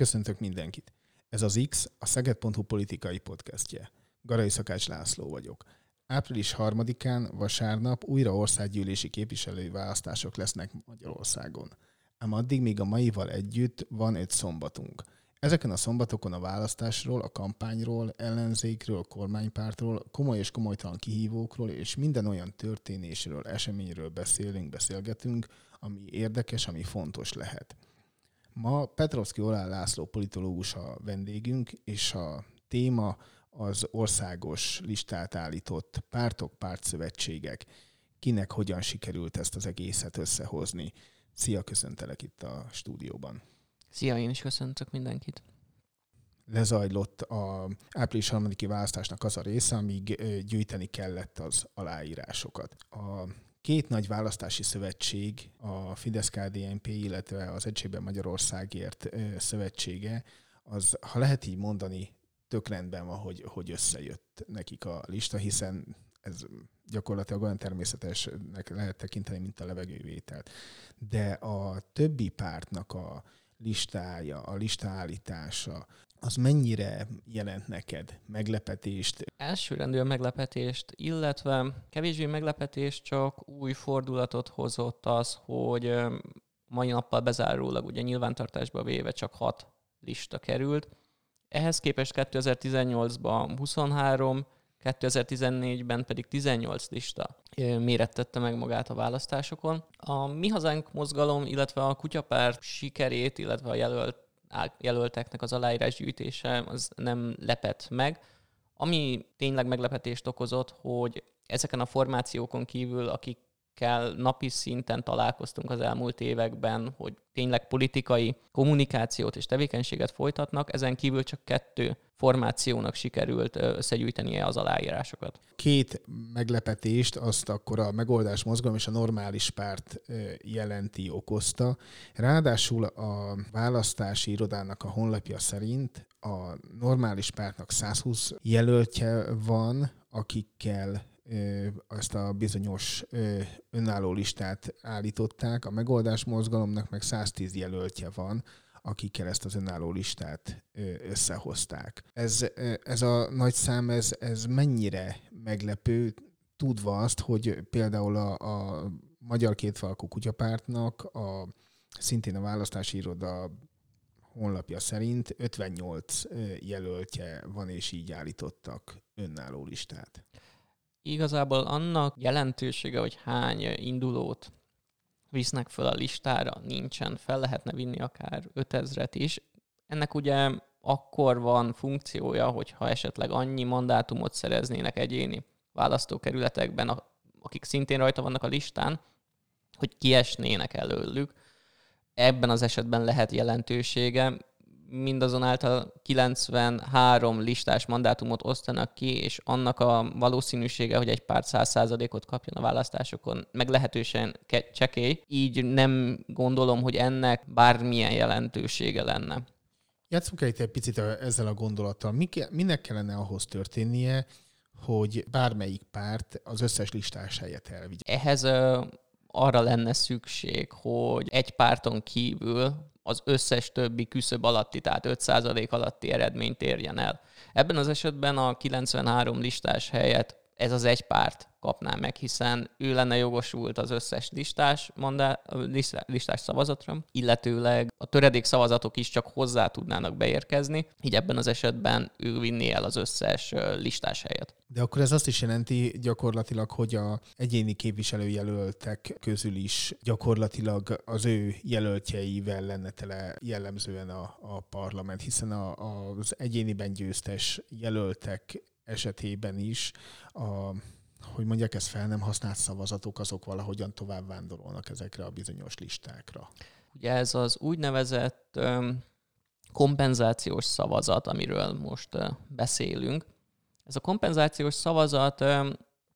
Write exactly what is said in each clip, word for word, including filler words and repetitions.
Köszöntök mindenkit! Ez az X, a Szeged pont hu politikai podcastje. Garai Szakács László vagyok. április harmadikán, vasárnap újra országgyűlési képviselői választások lesznek Magyarországon. Ám addig még a maival együtt van egy szombatunk. Ezeken a szombatokon a választásról, a kampányról, ellenzékről, kormánypártról, komoly és komolytalan kihívókról és minden olyan történésről, eseményről beszélünk, beszélgetünk, ami érdekes, ami fontos lehet. Ma Petrovszky Oláh László politológus a vendégünk, és a téma az országos listát állított pártok, pártszövetségek. Kinek hogyan sikerült ezt az egészet összehozni? Szia, köszöntelek itt a stúdióban. Szia, én is köszöntök mindenkit. Lezajlott a április harmadiki választásnak az a része, amíg gyűjteni kellett az aláírásokat. A két nagy választási szövetség, a Fidesz-ká dé en pé, illetve az Egységben Magyarországért szövetsége, az, ha lehet így mondani, tök rendben van, hogy, hogy összejött nekik a lista, hiszen ez gyakorlatilag olyan természetesnek lehet tekinteni, mint a levegővételt. De a többi pártnak a listája, a listaállítása, az mennyire jelent neked meglepetést? Elsőrendűen meglepetést, illetve kevésbé meglepetést, csak új fordulatot hozott az, hogy mai nappal bezárólag ugye nyilvántartásba véve csak hat lista került. Ehhez képest kétezer-tizennyolcban huszonhárom, kétezer-tizennégyben pedig tizennyolc lista mérettette meg magát a választásokon. A Mi Hazánk mozgalom, illetve a Kutyapárt sikerét, illetve a jelölt, jelölteknek az aláírásgyűjtése az nem lepett meg. Ami tényleg meglepetést okozott, hogy ezeken a formációkon kívül, akikkel napi szinten találkoztunk az elmúlt években, hogy tényleg politikai kommunikációt és tevékenységet folytatnak, ezen kívül csak kettő formációnak sikerült összegyűjtenie az aláírásokat. Két meglepetést azt akkor a Megoldás Mozgalom és a Normális Párt jelenti, okozta. Ráadásul a választási irodának a honlapja szerint a Normális Pártnak százhúsz jelöltje van, akikkel ezt a bizonyos önálló listát állították. A Megoldás Mozgalomnak meg száztíz jelöltje van, akikkel ezt az önálló listát összehozták. Ez, ez a nagy szám, ez, ez mennyire meglepő, tudva azt, hogy például a, a Magyar Kétfalkú Kutyapártnak a, szintén a választási iroda honlapja szerint ötvennyolc jelöltje van, és így állítottak önálló listát. Igazából annak jelentősége, hogy hány indulót visznek föl a listára, nincsen. Fel lehetne vinni akár ötezret is. Ennek ugye akkor van funkciója, hogyha esetleg annyi mandátumot szereznének egyéni választókerületekben, akik szintén rajta vannak a listán, hogy kiesnének előlük. Ebben az esetben lehet jelentősége. Mindazonáltal kilencvenhárom listás mandátumot osztanak ki, és annak a valószínűsége, hogy egy párt száz százalékot kapjon a választásokon, meglehetősen csekély. Így nem gondolom, hogy ennek bármilyen jelentősége lenne. Játsszunk el itt egy picit ezzel a gondolattal. Minek kellene ahhoz történnie, hogy bármelyik párt az összes listás helyet elvigye? Ehhez uh, arra lenne szükség, hogy egy párton kívül az összes többi küszöb alatti, tehát öt százalék alatti eredményt érjen el. Ebben az esetben a kilencvenhárom listás helyet ez az egy párt kapná meg, hiszen ő lenne jogosult az összes listás, mandá, listás szavazatra, illetőleg a töredék szavazatok is csak hozzá tudnának beérkezni, így ebben az esetben ő vinné el az összes listás helyet. De akkor ez azt is jelenti gyakorlatilag, hogy a egyéni képviselőjelöltek közül is gyakorlatilag az ő jelöltjeivel lenne tele jellemzően a, a parlament, hiszen a, a, az egyéniben győztes jelöltek esetében is a, hogy mondják, ez fel nem használt szavazatok, azok valahogyan tovább vándorolnak ezekre a bizonyos listákra. Ugye ez az úgynevezett um, kompenzációs szavazat, amiről most uh, beszélünk. Ez a kompenzációs szavazat um,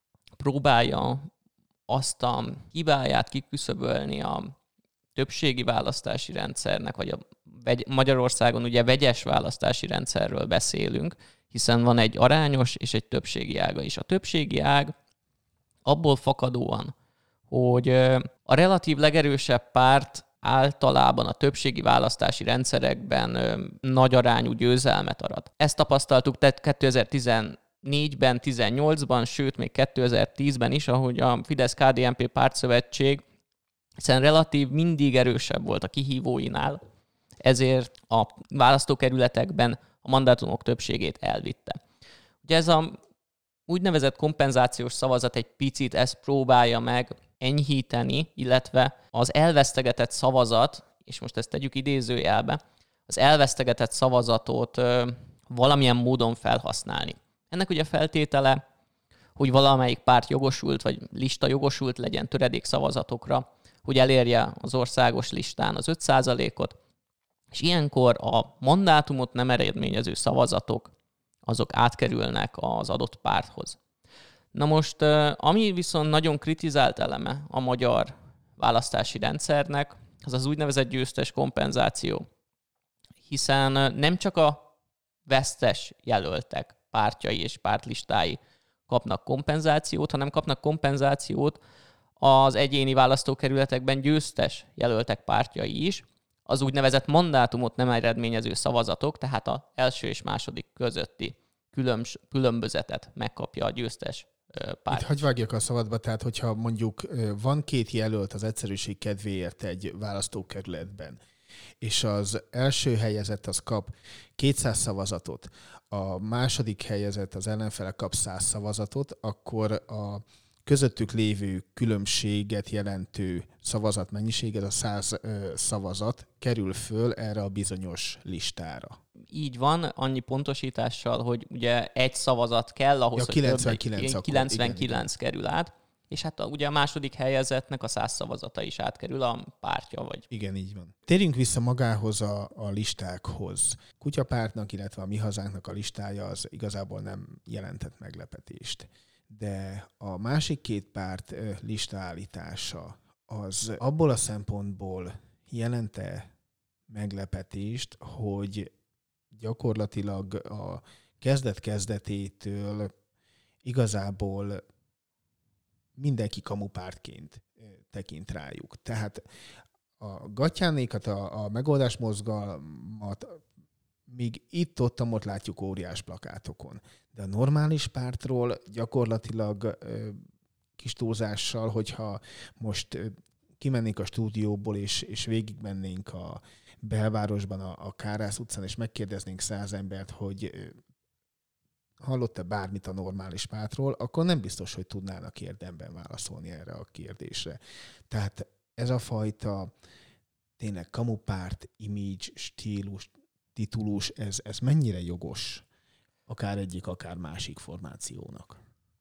próbálja azt a hibáját kiküszöbölni a többségi választási rendszernek, vagy a vegy- Magyarországon ugye vegyes választási rendszerről beszélünk, hiszen van egy arányos és egy többségi ága is. A többségi ág abból fakadóan, hogy a relatív legerősebb párt általában a többségi választási rendszerekben ö, nagy arányú győzelmet arat. Ezt tapasztaltuk kétezer-tizennégyben, tizennyolcban, sőt még kétezer-tízben is, ahogy a Fidesz-ká dé en pé pártszövetség hiszen relatív mindig erősebb volt a kihívóinál, ezért a választókerületekben a mandátumok többségét elvitte. Ugye ez a úgynevezett kompenzációs szavazat egy picit ezt próbálja meg enyhíteni, illetve az elvesztegetett szavazat, és most ezt tegyük idézőjelbe, az elvesztegetett szavazatot ö, valamilyen módon felhasználni. Ennek ugye feltétele, hogy valamelyik párt jogosult, vagy lista jogosult legyen töredék szavazatokra, hogy elérje az országos listán az öt százalékot, és ilyenkor a mandátumot nem eredményező szavazatok, azok átkerülnek az adott párthoz. Na most, ami viszont nagyon kritizált eleme a magyar választási rendszernek, az az úgynevezett győztes kompenzáció. Hiszen nem csak a vesztes jelöltek pártjai és pártlistái kapnak kompenzációt, hanem kapnak kompenzációt az egyéni választókerületekben győztes jelöltek pártjai is, az úgynevezett mandátumot nem eredményező szavazatok, tehát az első és második közötti különbs, különbözetet megkapja a győztes párt. Itt hagyj vágjak a szabadba, tehát hogyha mondjuk van két jelölt az egyszerűség kedvéért egy választókerületben, és az első helyezett az kap kétszáz szavazatot, a második helyezett az ellenfele kap száz szavazatot, akkor a közöttük lévő különbséget jelentő szavazatmennyiség, ez a száz szavazat kerül föl erre a bizonyos listára. Így van, annyi pontosítással, hogy ugye egy szavazat kell ahhoz, ja, hogy kilencvenkilenc, több, akkor, kilencvenkilenc igen, kerül át, és hát a, ugye a második helyezettnek a száz szavazata is átkerül a pártja. Vagy. Igen, így van. Térjünk vissza magához a, a listákhoz. Kutyapártnak, illetve a Mi Hazánknak a listája az igazából nem jelentett meglepetést. De a másik két párt listaállítása az abból a szempontból jelente meglepetést, hogy gyakorlatilag a kezdet-kezdetétől igazából mindenki kamupártként tekint rájuk. Tehát a Gattyánékat, a, a megoldás mozgalmat még itt-ott látjuk óriás plakátokon. De a normális pártról gyakorlatilag ö, kis túlzással, hogyha most ö, kimennénk a stúdióból, és, és végigmennénk a belvárosban, a, a Kárász utcán, és megkérdeznénk száz embert, hogy ö, hallott-e bármit a normális pártról, akkor nem biztos, hogy tudnának érdemben válaszolni erre a kérdésre. Tehát ez a fajta tényleg kamupárt, image, stílus, titulus, ez, ez mennyire jogos akár egyik, akár másik formációnak?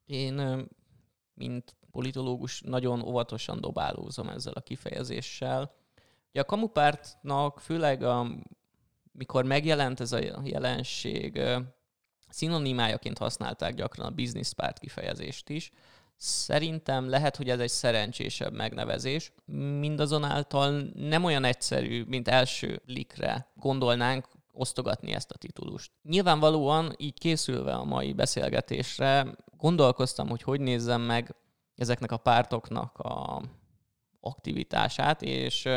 Én, mint politológus, nagyon óvatosan dobálózom ezzel a kifejezéssel. Ugye a kamupártnak főleg, a, mikor megjelent ez a jelenség, szinonimájaként használták gyakran a bizniszpárt kifejezést is. Szerintem lehet, hogy ez egy szerencsésebb megnevezés. Mindazonáltal nem olyan egyszerű, mint első blikre gondolnánk osztogatni ezt a titulust. Nyilvánvalóan így készülve a mai beszélgetésre gondolkoztam, hogy hogy nézzem meg ezeknek a pártoknak a aktivitását, és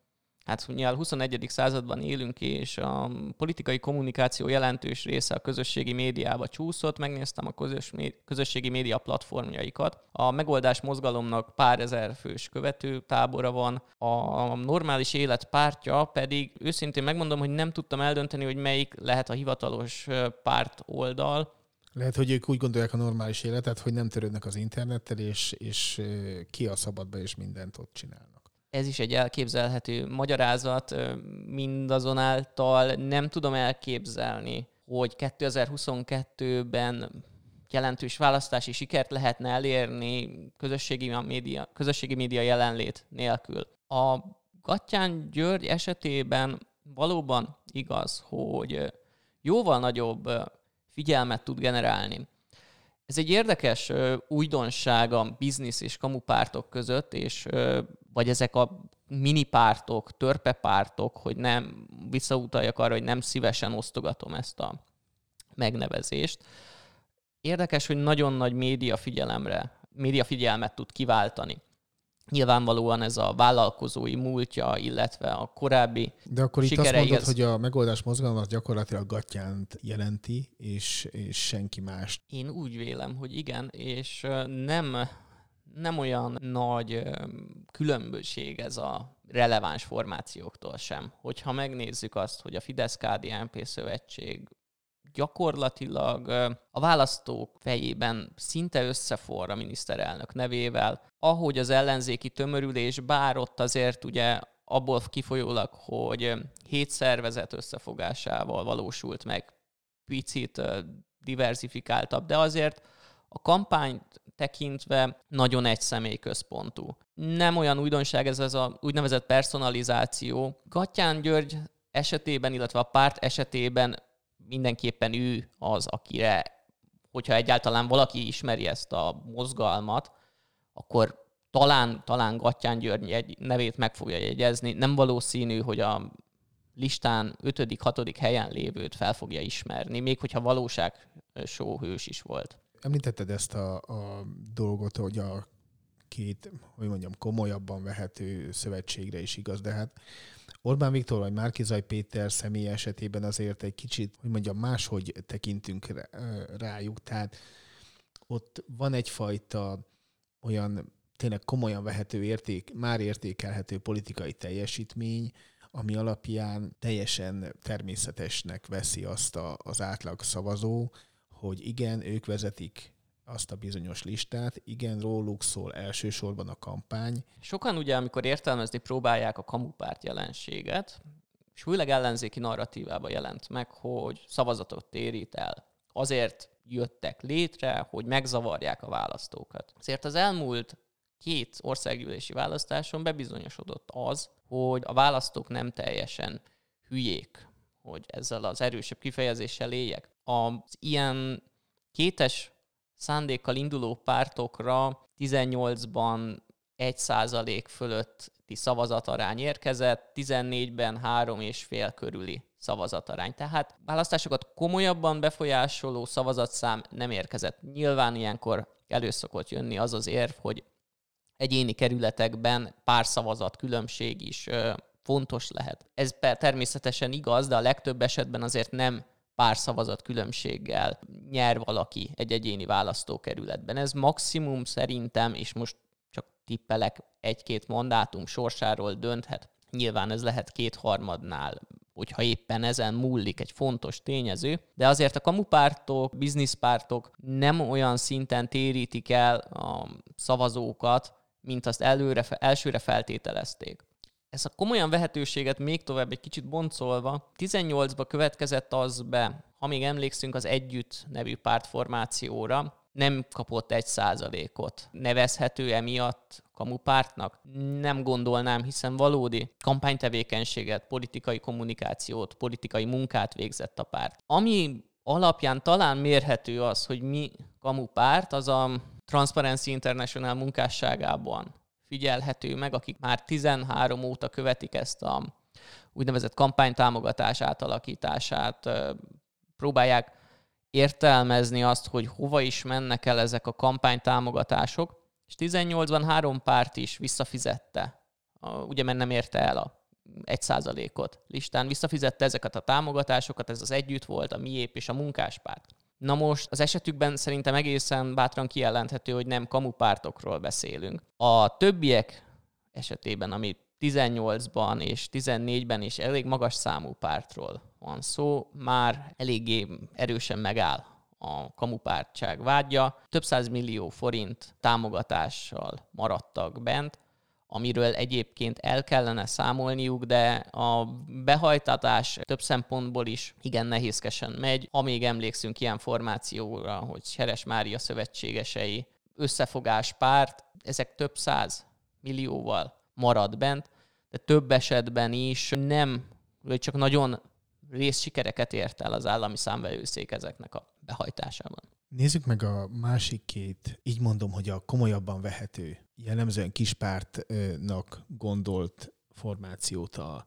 hát nyilván huszonegyedik században élünk, és a politikai kommunikáció jelentős része a közösségi médiába csúszott. Megnéztem a közös, közösségi média platformjaikat. A megoldás mozgalomnak pár ezer fős követő tábora van, a normális élet pártja pedig őszintén megmondom, hogy nem tudtam eldönteni, hogy melyik lehet a hivatalos párt oldal. Lehet, hogy ők úgy gondolják a normális életet, hogy nem törődnek az internettel, és, és ki a szabadba, és mindent ott csinálnak. Ez is egy elképzelhető magyarázat, mindazonáltal nem tudom elképzelni, hogy kétezer-huszonkettőben jelentős választási sikert lehetne elérni közösségi média, közösségi média jelenlét nélkül. A Gattyán György esetében valóban igaz, hogy jóval nagyobb figyelmet tud generálni. Ez egy érdekes ö, újdonság a biznisz és kamupártok között, és ö, vagy ezek a minipártok, törpepártok, hogy nem visszautaljak arra, hogy nem szívesen osztogatom ezt a megnevezést. Érdekes, hogy nagyon nagy média figyelemre, média figyelmet tud kiváltani. Nyilvánvalóan ez a vállalkozói múltja, illetve a korábbi De akkor itt azt sikerei, mondod, ez... hogy a megoldás mozgalom az gyakorlatilag Gattyánt jelenti, és, és senki mást. Én úgy vélem, hogy igen, és nem, nem olyan nagy különbség ez a releváns formációktól sem. Hogyha megnézzük azt, hogy a Fidesz-ká dé en pé szövetség gyakorlatilag a választók fejében szinte összeforr a miniszterelnök nevével, ahogy az ellenzéki tömörülés, bár ott azért ugye abból kifolyólag, hogy hét szervezet összefogásával valósult meg, picit diverzifikáltabb, de azért a kampányt tekintve nagyon egy személyközpontú. Nem olyan újdonság ez az a úgynevezett personalizáció. Gattyán György esetében, illetve a párt esetében mindenképpen ő az, akire, hogyha egyáltalán valaki ismeri ezt a mozgalmat, akkor talán, talán Gattyán György egy nevét meg fogja jegyezni. Nem valószínű, hogy a listán ötödik, hatodik helyen lévőt fel fogja ismerni, még hogyha valóság sóhős is volt. Említetted ezt a, a dolgot, hogy a két, hogy mondjam, komolyabban vehető szövetségre is igaz, de hát Orbán Viktor vagy Márki-Zay Péter személy esetében azért egy kicsit, hogy mondjam, máshogy tekintünk rájuk. Tehát ott van egyfajta olyan tényleg komolyan vehető érték, már értékelhető politikai teljesítmény, ami alapján teljesen természetesnek veszi azt a, az átlag szavazó, hogy igen, ők vezetik azt a bizonyos listát, igen, róluk szól elsősorban a kampány. Sokan ugye, amikor értelmezni próbálják a kamupárt jelenséget, és főleg ellenzéki narratívába jelent meg, hogy szavazatot térít el. Azért jöttek létre, hogy megzavarják a választókat. Azért az elmúlt két országgyűlési választáson bebizonyosodott az, hogy a választók nem teljesen hülyék, hogy ezzel az erősebb kifejezéssel éljek. Az ilyen kétes szándékkal induló pártokra tizennyolcban egy százalék fölötti szavazatarány érkezett, tizennégyben három és fél körüli szavazatarány. Tehát választásokat komolyabban befolyásoló szavazatszám nem érkezett. Nyilván ilyenkor elő szokott jönni az az érv, hogy egyéni kerületekben pár szavazat különbség is ö, fontos lehet. Ez természetesen igaz, de a legtöbb esetben azért nem pár szavazat különbséggel nyer valaki egy egyéni választókerületben. Ez maximum szerintem, és most csak tippelek, egy-két mandátum sorsáról dönthet. Nyilván ez lehet kétharmadnál, hogyha éppen ezen múlik egy fontos tényező, de azért a kamupártok, bizniszpártok nem olyan szinten térítik el a szavazókat, mint azt előre, elsőre feltételezték. Ez a komolyan vehetőséget még tovább egy kicsit boncolva, tizennyolcba következett az be, ha még emlékszünk az Együtt nevű pártformációra, nem kapott egy százalékot. Nevezhető emiatt kamupártnak? Nem gondolnám, hiszen valódi kampánytevékenységet, politikai kommunikációt, politikai munkát végzett a párt. Ami alapján talán mérhető az, hogy mi kamupárt, az a Transparency International munkásságában figyelhető meg, akik már tizenhárom óta követik ezt a úgynevezett kampánytámogatás átalakítását, próbálják értelmezni azt, hogy hova is mennek el ezek a kampánytámogatások, és tizennyolcban három párt is visszafizette, ugye mert nem érte el a egy százalékot listán, visszafizette ezeket a támogatásokat, ez az Együtt volt, a Miép és a Munkáspárt. Na most az esetükben szerintem egészen bátran kijelenthető, hogy nem kamupártokról beszélünk. A többiek esetében, ami tizennyolcban és tizennégyben is elég magas számú pártról van szó, már eléggé erősen megáll a kamupártság vágya. Több száz millió forint támogatással maradtak bent, amiről egyébként el kellene számolniuk, de a behajtatás több szempontból is igen nehézkesen megy. Ha még emlékszünk ilyen formációra, hogy Seres Mária szövetségesei, összefogás párt, ezek több száz millióval marad bent, de több esetben is nem, vagy csak nagyon részsikereket ért el az állami számvevőszék ezeknek a behajtásában. Nézzük meg a másik két, így mondom, hogy a komolyabban vehető, jellemzően kispártnak gondolt formációt, a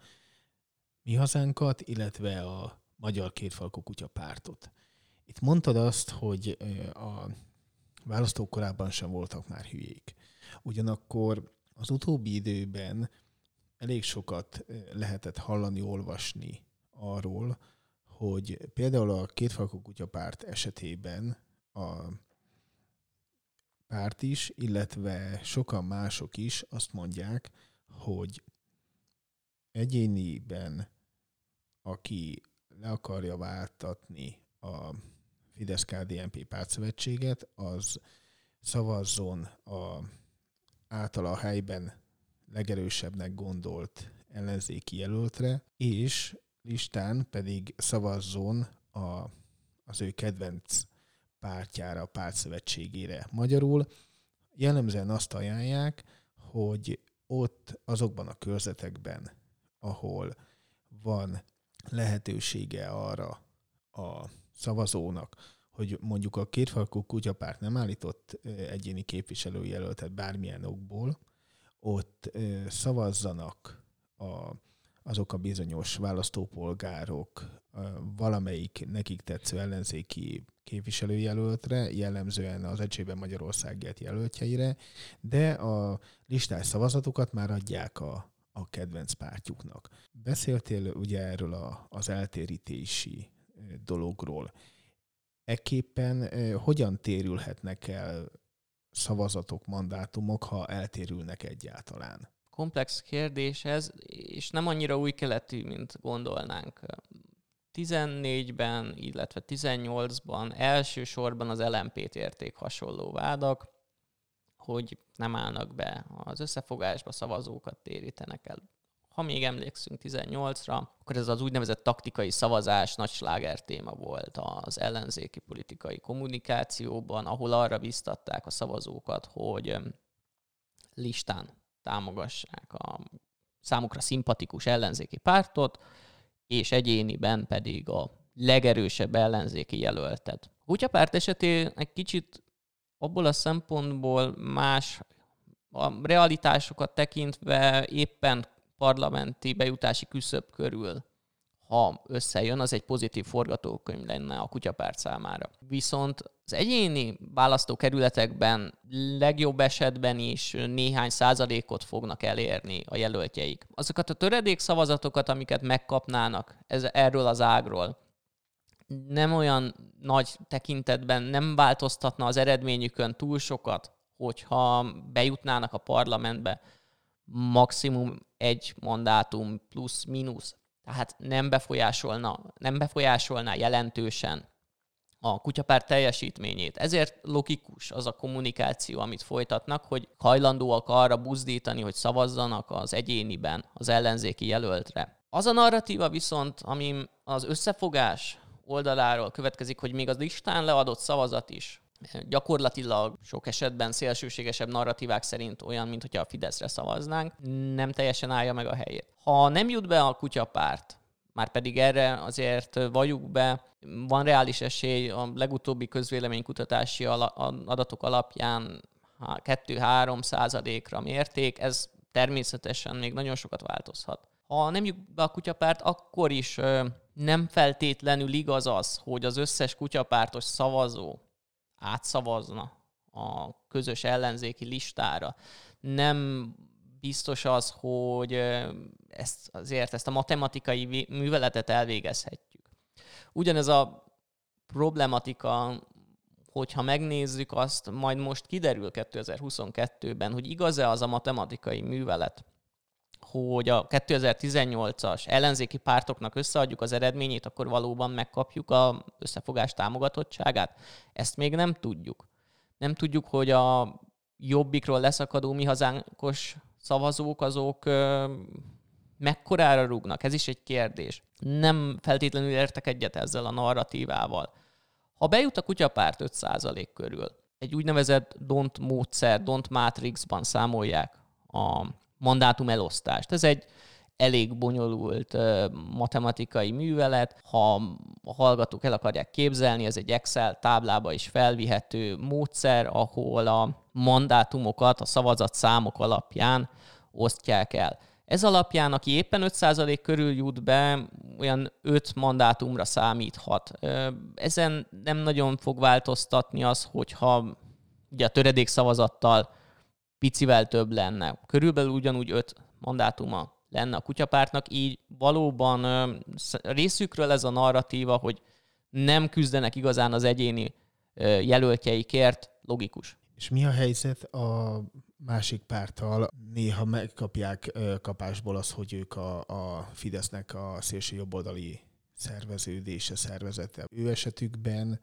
Mi Hazánkat, illetve a Magyar Kétfalkú Kutya pártot. Itt mondtad azt, hogy a választók korábban sem voltak már hülyék. Ugyanakkor, Az utóbbi időben elég sokat lehetett hallani, olvasni arról, hogy például a Kétfarkú kutyapárt esetében a párt is, illetve sokan mások is azt mondják, hogy egyéniben, aki le akarja váltatni a Fidesz-ká dé en pé pártszövetséget, az szavazzon a általa a helyben legerősebbnek gondolt ellenzéki jelöltre, és listán pedig szavazzon a, az ő kedvenc pártjára, a pártszövetségére. Magyarul jellemzően azt ajánlják, hogy ott azokban a körzetekben, ahol van lehetősége arra a szavazónak, hogy mondjuk a Kétfarkú kutyapárt nem állított egyéni képviselőjelöltet bármilyen okból, ott szavazzanak a, azok a bizonyos választópolgárok valamelyik nekik tetsző ellenzéki képviselőjelöltre, jellemzően az Egységben Magyarországért jelöltjeire, de a listás szavazatokat már adják a, a kedvenc pártjuknak. Beszéltél ugye erről a, az eltérítési dologról. Ekképpen hogyan térülhetnek el szavazatok, mandátumok, ha eltérülnek egyáltalán? Komplex kérdés ez, és nem annyira új keletű, mint gondolnánk. tizennégyben, illetve tizennyolcban elsősorban az el em pét érték hasonló vádak, hogy nem állnak be az összefogásba, szavazókat térítenek el. Ha még emlékszünk tizennyolcra, akkor ez az úgynevezett taktikai szavazás nagy sláger téma volt az ellenzéki politikai kommunikációban, ahol arra biztatták a szavazókat, hogy listán támogassák a számukra szimpatikus ellenzéki pártot, és egyéniben pedig a legerősebb ellenzéki jelöltet. A kutyapárt esetén egy kicsit abból a szempontból más, a realitásokat tekintve éppen parlamenti bejutási küszöb körül, ha összejön, az egy pozitív forgatókönyv lenne a kutyapárt számára. Viszont az egyéni választókerületekben legjobb esetben is néhány százalékot fognak elérni a jelöltjeik. Azokat a töredék szavazatokat, amiket megkapnának ez, erről az ágról, nem olyan nagy tekintetben nem változtatna az eredményükön túl sokat, hogyha bejutnának a parlamentbe maximum egy mandátum plusz-minusz. Tehát nem befolyásolna, nem befolyásolná jelentősen a kutyapárt teljesítményét. Ezért logikus az a kommunikáció, amit folytatnak, hogy hajlandóak arra buzdítani, hogy szavazzanak az egyéniben az ellenzéki jelöltre. Az a narratíva viszont, ami az összefogás oldaláról következik, hogy még az listán leadott szavazat is gyakorlatilag sok esetben szélsőségesebb narratívák szerint olyan, mint hogyha a Fideszre szavaznánk, nem teljesen állja meg a helyét. Ha nem jut be a kutyapárt, már pedig erre azért valljuk be, van reális esély a legutóbbi közvéleménykutatási adatok alapján kettő-három százalékra mérték, ez természetesen még nagyon sokat változhat. Ha nem jut be a kutyapárt, akkor is nem feltétlenül igaz az, hogy az összes kutyapártos szavazó átszavazna a közös ellenzéki listára. Nem biztos az, hogy ezt, azért ezt a matematikai műveletet elvégezhetjük. Ugyanez a problematika, hogyha megnézzük azt, majd most kiderül kétezer-huszonkettőben, hogy igaz-e az a matematikai művelet, hogy a kétezer-tizennyolcas ellenzéki pártoknak összeadjuk az eredményét, akkor valóban megkapjuk az összefogás támogatottságát. Ezt még nem tudjuk. Nem tudjuk, hogy a Jobbikról leszakadó mi hazánkos szavazók azok ö, mekkorára rúgnak. Ez is egy kérdés. Nem feltétlenül értek egyet ezzel a narratívával. Ha bejut a kutyapárt öt százalék körül, egy úgynevezett dont módszer, dont mátrixban számolják a mandátum elosztást. Ez egy elég bonyolult uh, matematikai művelet. Ha a hallgatók el akarják képzelni, ez egy Excel táblába is felvihető módszer, ahol a mandátumokat a szavazatszámok alapján osztják el. Ez alapján, aki éppen öt százalék körül jut be, olyan öt mandátumra számíthat. Ezen nem nagyon fog változtatni az, hogyha ugye a töredék szavazattal picivel több lenne. Körülbelül ugyanúgy öt mandátuma lenne a Kutyapártnak, így valóban részükről ez a narratíva, hogy nem küzdenek igazán az egyéni jelöltjeikért, logikus. És mi a helyzet a másik párttal? Néha megkapják kapásból az, hogy ők a, a Fidesznek a szélső jobboldali szerveződése, szervezete. Ő esetükben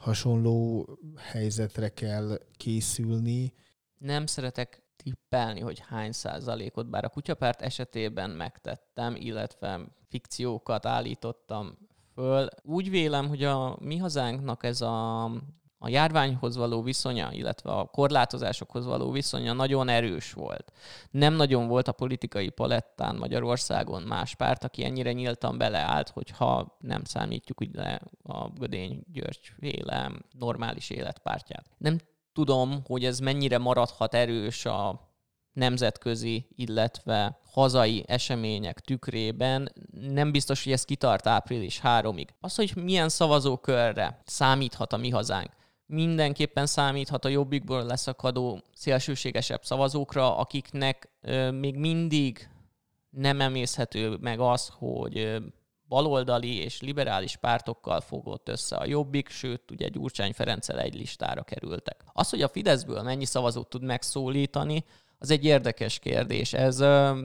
hasonló helyzetre kell készülni. Nem szeretek tippelni, hogy hány százalékot, bár a Kutyapárt esetében megtettem, illetve fikciókat állítottam föl. Úgy vélem, hogy a Mi Hazánknak ez a, a járványhoz való viszonya, illetve a korlátozásokhoz való viszonya nagyon erős volt. Nem nagyon volt a politikai palettán Magyarországon más párt, aki ennyire nyíltan beleállt, hogyha nem számítjuk ugye a Gödény György féle normális életpártját. Nem tudom, hogy ez mennyire maradhat erős a nemzetközi, illetve hazai események tükrében. Nem biztos, hogy ez kitart április harmadikig. Az, hogy milyen szavazókörre számíthat a Mi Hazánk, mindenképpen számíthat a Jobbikból leszakadó szélsőségesebb szavazókra, akiknek ö, még mindig nem emészhető meg az, hogy ö, baloldali és liberális pártokkal fogott össze a Jobbik, sőt, ugye Gyurcsány Ferenccel egy listára kerültek. Az, hogy a Fideszből mennyi szavazót tud megszólítani, az egy érdekes kérdés. Ez ö,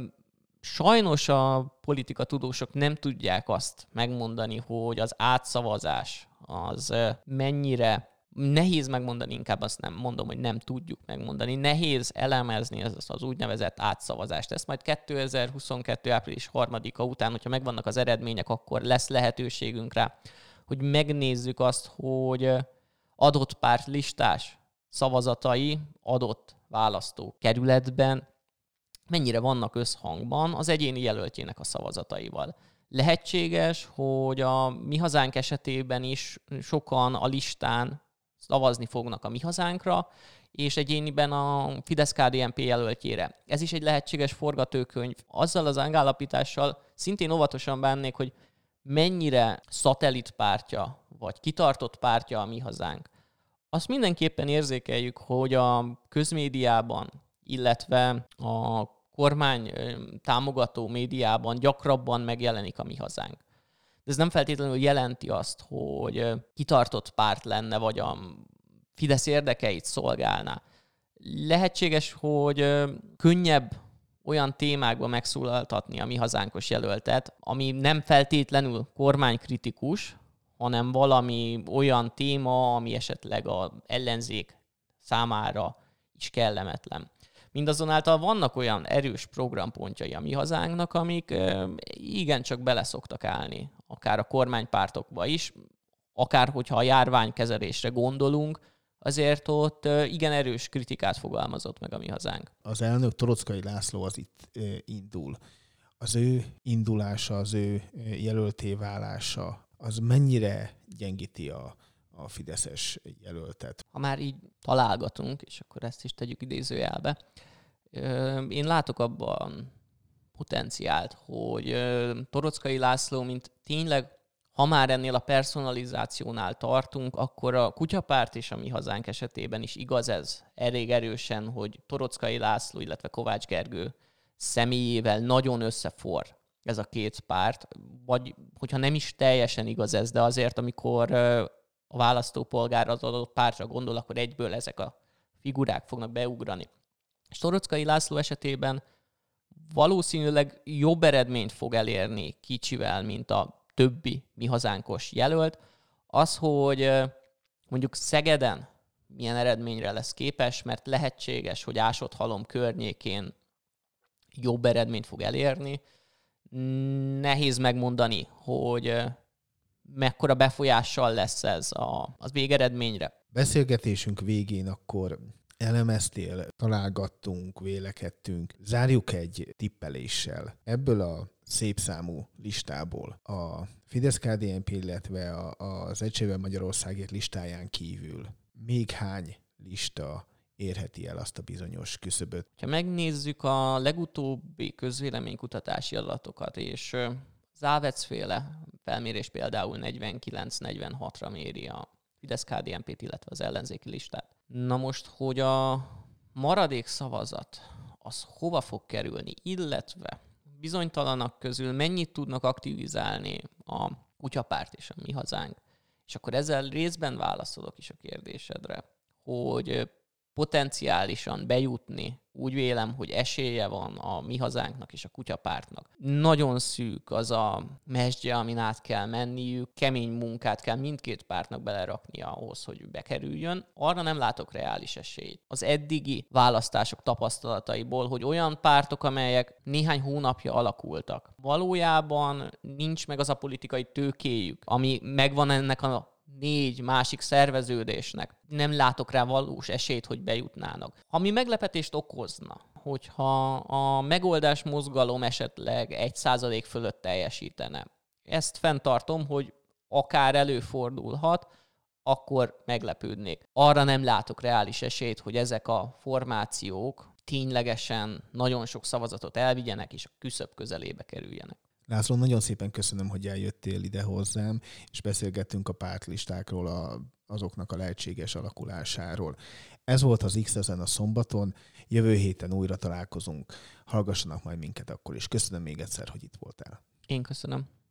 sajnos a politikatudósok nem tudják azt megmondani, hogy az átszavazás az ö, mennyire nehéz megmondani, inkább azt nem mondom, hogy nem tudjuk megmondani. Nehéz elemezni az, az úgynevezett átszavazást. Ezt majd kétezer-huszonkettő április harmadika után, hogyha megvannak az eredmények, akkor lesz lehetőségünk rá, hogy megnézzük azt, hogy adott párt listás szavazatai adott választókerületben mennyire vannak összhangban az egyéni jelöltjének a szavazataival. Lehetséges, hogy a Mi Hazánk esetében is sokan a listán szavazni fognak a Mi Hazánkra, és egyéniben a Fidesz-ká dé en pé jelöltjére. Ez is egy lehetséges forgatókönyv. Azzal az megállapítással szintén óvatosan bánnék, hogy mennyire szatellitpártja, vagy kitartott pártja a Mi Hazánk. Azt mindenképpen érzékeljük, hogy a közmédiában, illetve a kormány támogató médiában gyakrabban megjelenik a Mi Hazánk. De ez nem feltétlenül jelenti azt, hogy kitartott párt lenne, vagy a Fidesz érdekeit szolgálná. Lehetséges, hogy könnyebb olyan témákban megszólaltatni a Mi Hazánkos jelöltet, ami nem feltétlenül kormánykritikus, hanem valami olyan téma, ami esetleg az ellenzék számára is kellemetlen. Mindazonáltal vannak olyan erős programpontjai a Mi Hazánknak, amik igencsak bele szoktak állni, akár a kormánypártokba is, akár hogyha a járványkezelésre gondolunk, azért ott igen erős kritikát fogalmazott meg a Mi Hazánk. Az elnök Torockai László az itt indul. Az ő indulása, az ő jelölté válása, az mennyire gyengíti a, a fideszes jelöltet? Ha már így találgatunk, és akkor ezt is tegyük idézőjelbe, én látok abban potenciált, hogy Torockai László, mint tényleg, ha már ennél a personalizációnál tartunk, akkor a Kutyapárt és a Mi Hazánk esetében is igaz ez elég erősen, hogy Torockai László, illetve Kovács Gergő személyével nagyon összeforr ez a két párt, vagy hogyha nem is teljesen igaz ez, de azért, amikor a választópolgár az adott pártra gondol, akkor egyből ezek a figurák fognak beugrani. És Torockai László esetében valószínűleg jobb eredményt fog elérni kicsivel, mint a többi Mi Hazánkos jelölt. Az, hogy mondjuk Szegeden milyen eredményre lesz képes, mert lehetséges, hogy Ásott-Halom környékén jobb eredményt fog elérni. Nehéz megmondani, hogy mekkora befolyással lesz ez a, az végeredményre. Beszélgetésünk végén akkor elemeztél, találgattunk, vélekedtünk. Zárjuk egy tippeléssel. Ebből a szép számú listából a Fidesz-ká dé en pé, illetve az Egységben Magyarországért listáján kívül még hány lista érheti el azt a bizonyos küszöböt? Ha megnézzük a legutóbbi közvéleménykutatási adatokat, és Závec-féle felmérés például negyvenkilenc-negyvenhatra méri a Fidesz-ká dé en pét, illetve az ellenzéki listát. Na most, hogy a maradék szavazat az hova fog kerülni, illetve bizonytalanak közül mennyit tudnak aktivizálni a Kutyapárt és a Mi Hazánk. És akkor ezzel részben válaszolok is a kérdésedre, hogy potenciálisan bejutni, úgy vélem, hogy esélye van a Mi Hazánknak és a Kutyapártnak. Nagyon szűk az a mesdje, amin át kell menniük, kemény munkát kell mindkét pártnak beleraknia ahhoz, hogy bekerüljön. Arra nem látok reális esélyt. Az eddigi választások tapasztalataiból, hogy olyan pártok, amelyek néhány hónapja alakultak, valójában nincs meg az a politikai tőkéjük, ami megvan ennek a négy másik szerveződésnek. Nem látok rá valós esélyt, hogy bejutnának. Ami meglepetést okozna, hogyha a megoldás mozgalom esetleg egy százalék fölött teljesítene. Ezt fenntartom, hogy akár előfordulhat, akkor meglepődnék. Arra nem látok reális esélyt, hogy ezek a formációk ténylegesen nagyon sok szavazatot elvigyenek, és a küszöb közelébe kerüljenek. László, nagyon szépen köszönöm, hogy eljöttél ide hozzám, és beszélgettünk a pártlistákról, a, azoknak a lehetséges alakulásáról. Ez volt az X ezen a szombaton, jövő héten újra találkozunk. Hallgassanak majd minket akkor is. Köszönöm még egyszer, hogy itt voltál. Én köszönöm.